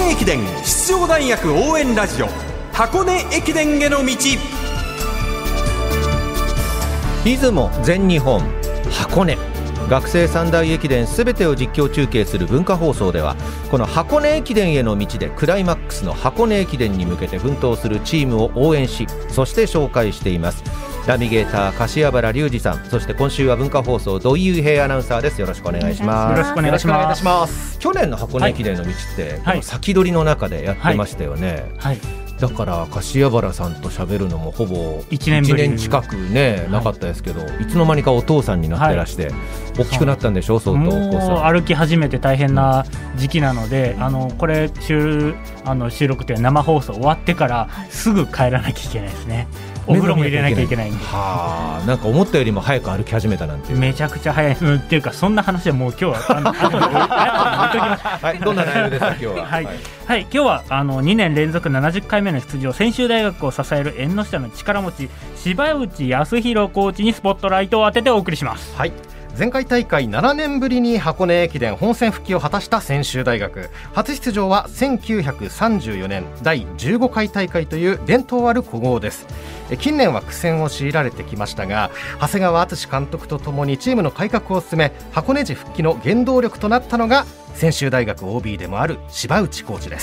根駅伝出場大学応援ラジオ、箱根駅伝への道。 出雲、全日本、箱根、学生三大駅伝すべてを実況中継する文化放送では、この箱根駅伝への道でクライマックスの箱根駅伝に向けて奮闘するチームを応援し、そして紹介しています。ナビゲーター柏原隆二さん、そして今週は文化放送土井雄平アナウンサーです。よろしくお願いします。 よろしくお願いします。 去年の箱根駅伝の道って、この先取りの中でやってましたよね。だから柏原さんと喋るのもほぼ1年近くね、なかったですけど、いつの間にかお父さんになってらして、大きくなったんでしょ。相当もう歩き始めて大変な時期なので、これ収録という生放送終わってからすぐ帰らなきゃいけないですね。お風呂も入れなきゃいけないんで。 なんか思ったよりも早く歩き始めたなんていう。 めちゃくちゃ早いっていうか、そんな話はもう今日は後で置いときます。 はい、どんな内容ですか今日は。 はい、今日は2年連続70回目の出場、専修大学を支える縁の下の力持ち柴内康弘コーチにスポットライトを当ててお送りします。 はい、前回大会7年ぶりに箱根駅伝本戦復帰を果たした専修大学、初出場は1934年第15回大会という伝統ある古豪です。近年は苦戦を強いられてきましたが、長谷川敦監督とともにチームの改革を進め、箱根路復帰の原動力となったのが専修大学 OB でもある柴内コーチです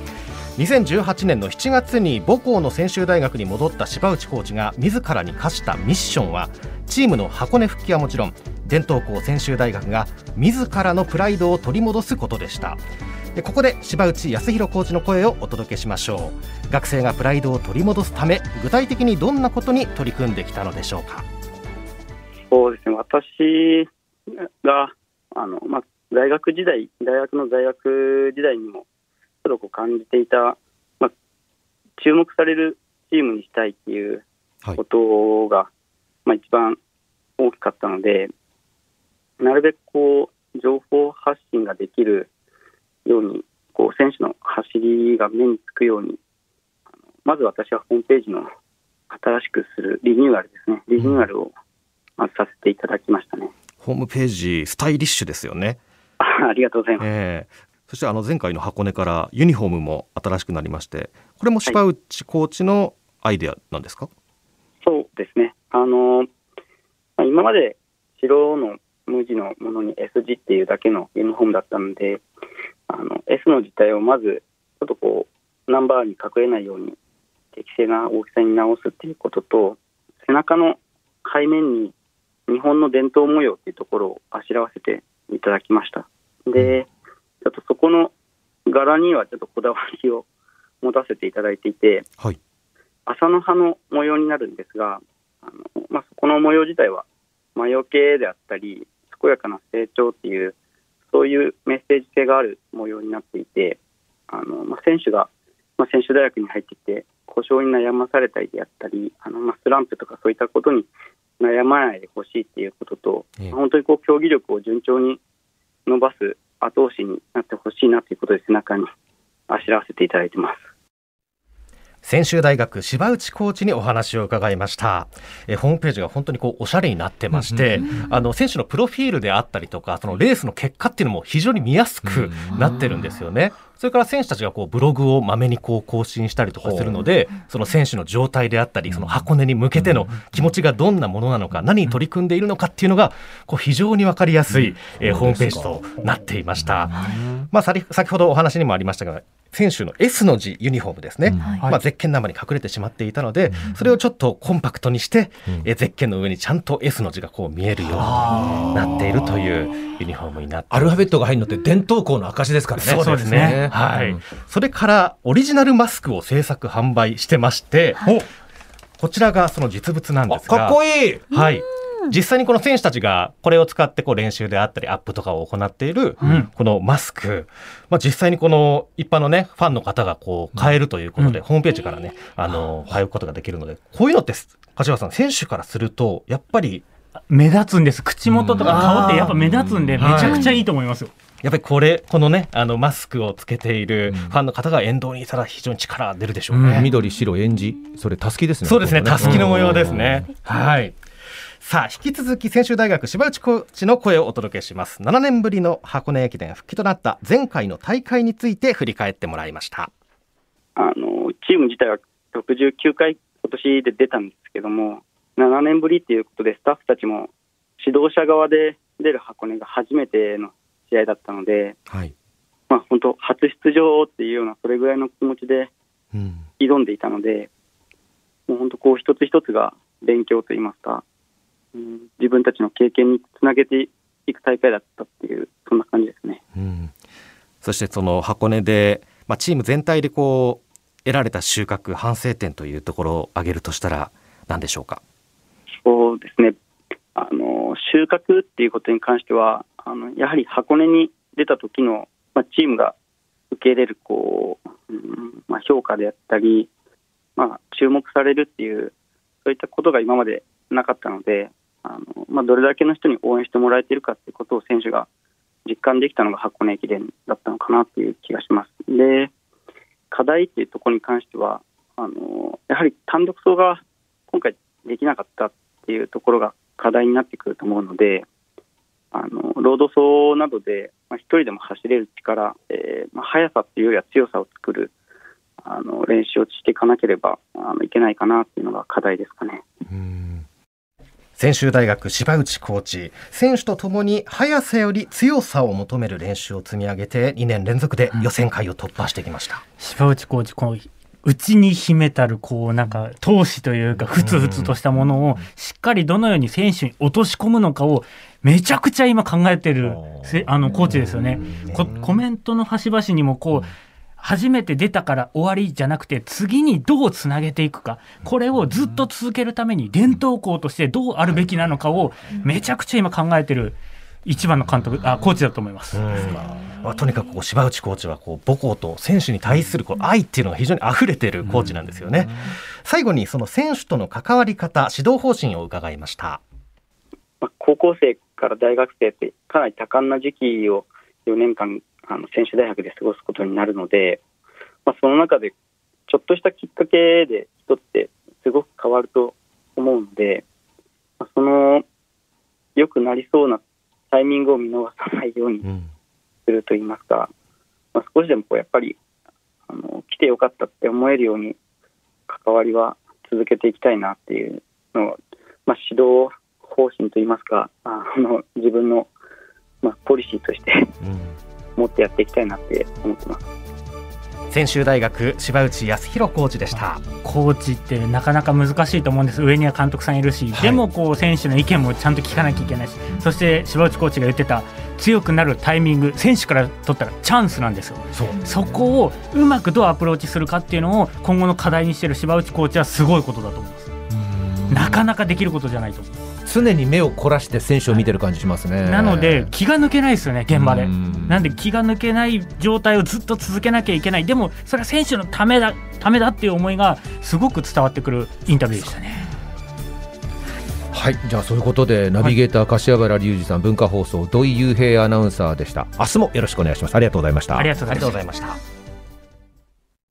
。2018年の7月に母校の専修大学に戻った柴内コーチが自らに課したミッションは、チームの箱根復帰はもちろん、伝統校専修大学が自らのプライドを取り戻すことでした。ここで柴内康弘コーチの声をお届けしましょう。学生がプライドを取り戻すため、具体的にどんなことに取り組んできたのでしょうか。 そうですね、私が大学の在学時代にもちょっと感じていた、注目されるチームにしたいっていうことが、一番大きかったので、なるべく情報発信ができるように、選手の走りが目につくように、まず私はホームページの新しくするリニューアルですね、リニューアルをまずさせていただきましたね。 ホームページスタイリッシュですよね。 ありがとうございます。 そして前回の箱根からユニフォームも新しくなりまして、これも柴内コーチのアイデアなんですか。 そうですね、今まで白の無地のものに S 字っていうだけのユニフォームだったので、S の字体をまずちょっとナンバーに隠れないように適正な大きさに直すっていうことと、背中の背面に日本の伝統模様っていうところをあしらわせていただきました。で、ちょっとそこの柄にはちょっとこだわりを持たせていただいていて、麻の葉の模様になるんですが、そこの模様自体は魔除けであったり健やかな成長っていう、そういうメッセージ性がある模様になっていて、選手が、専修大学に入ってきて故障に悩まされたりであったり、スランプとかそういったことに悩まないでほしいっていうことと、本当に競技力を順調に伸ばす後押しになってほしいなということで、背中にあしらわせていただいてます。 専修大学柴内コーチにお話を伺いました。ホームページが本当におしゃれになってまして、選手のプロフィールであったりとか、そのレースの結果っていうのも非常に見やすくなってるんですよね。それから選手たちがブログをまめに更新したりとかするので、その選手の状態であったり、その箱根に向けての気持ちがどんなものなのか、何に取り組んでいるのかっていうのが非常に分かりやすいホームページとなっていました。先ほどお話にもありましたが、選手の S の字ユニフォームですね、ゼッケン生に隠れてしまっていたので、それをちょっとコンパクトにして、ゼッケンの上にちゃんと S の字が見えるようになっているというユニフォームになっています。 アルファベットが入るのって伝統校の証ですからね。 そうですね、それからオリジナルマスクを制作販売してまして、こちらがその実物なんですが、 かっこいい。 実際にこの選手たちがこれを使って練習であったりアップとかを行っているこのマスク、実際にこの一般のねファンの方が買えるということで、ホームページからね買うことができるので、こういうのって柏さん、選手からするとやっぱり目立つんです。口元とか顔ってやっぱ目立つんで、めちゃくちゃいいと思いますよ。 やっぱりこのねマスクをつけているファンの方が沿道にいたら非常に力出るでしょうね。 緑白えんじ、それたすきですね。 そうですね、たすきの模様ですね。 さあ引き続き専修大学芝内コーチの声をお届けします。7年ぶりの箱根駅伝復帰となった前回の大会について振り返ってもらいました。 チーム自体は69回今年で出たんですけども、7年ぶりということでスタッフたちも指導者側で出る箱根が初めての試合だったので、はい、本当初出場っていうようなそれぐらいの気持ちで挑んでいたので、もう本当こう一つ一つが勉強といいますか、自分たちの経験につなげていく大会だったっていうそんな感じですね。 そしてその箱根で、チーム全体でこう得られた収穫反省点というところを挙げるとしたら何でしょうか。 そうですね、収穫っていうことに関してはやはり箱根に出た時の、チームが受け入れるこう、評価であったり、注目されるっていうそういったことが今までなかったので、どれだけの人に応援してもらえているかっていうことを選手が実感できたのが箱根駅伝だったのかなっていう気がします。で、課題っていうところに関してはやはり単独走が今回できなかったっていうところが課題になってくると思うので、ロード走などで一人でも走れる力、速さっていうよりは強さを作る練習をしていかなければいけないかなっていうのが課題ですかね。 専修大学芝内コーチ、選手とともに速さより強さを求める練習を積み上げて2年連続で予選会を突破してきました。 芝内コーチ内に秘めたるなんか闘志というかふつふつとしたものをしっかりどのように選手に落とし込むのかをめちゃくちゃ今考えてるコーチですよね。コメントの端々にも初めて出たから終わりじゃなくて次にどうつなげていくか、これをずっと続けるために伝統校としてどうあるべきなのかをめちゃくちゃ今考えてる一番のコーチだと思います。 とにかく芝内コーチは母校と選手に対する愛っていうのが非常に溢れているコーチなんですよね。最後にその選手との関わり方、指導方針を伺いました。 高校生から大学生ってかなり多感な時期を4年間専修大学で過ごすことになるので、その中でちょっとしたきっかけで人ってすごく変わると思うので、その良くなりそうなタイミングを見逃さないようにするといいますか、少しでもやっぱり来てよかったって思えるように関わりは続けていきたいなっていうのを、指導方針といいますか自分の、ポリシーとして持ってやっていきたいなって思ってます。 専修大学芝内康弘コーチでした。 コーチってなかなか難しいと思うんです。上には監督さんいるし、でも選手の意見もちゃんと聞かなきゃいけないし、そして芝内コーチが言ってた強くなるタイミング、選手から取ったらチャンスなんですよ。そこをうまくどうアプローチするかっていうのを今後の課題にしている芝内コーチはすごいことだと思います。なかなかできることじゃないと思う。 常に目を凝らして選手を見てる感じしますね。 なので気が抜けないですよね、現場で。なんで気が抜けない状態をずっと続けなきゃいけない。でもそれは選手のためだっていう思いがすごく伝わってくるインタビューでしたね。 はい、じゃあそういうことでナビゲーター柏原隆二さん、文化放送土井雄平アナウンサーでした。明日もよろしくお願いします。ありがとうございました。 ありがとうございました。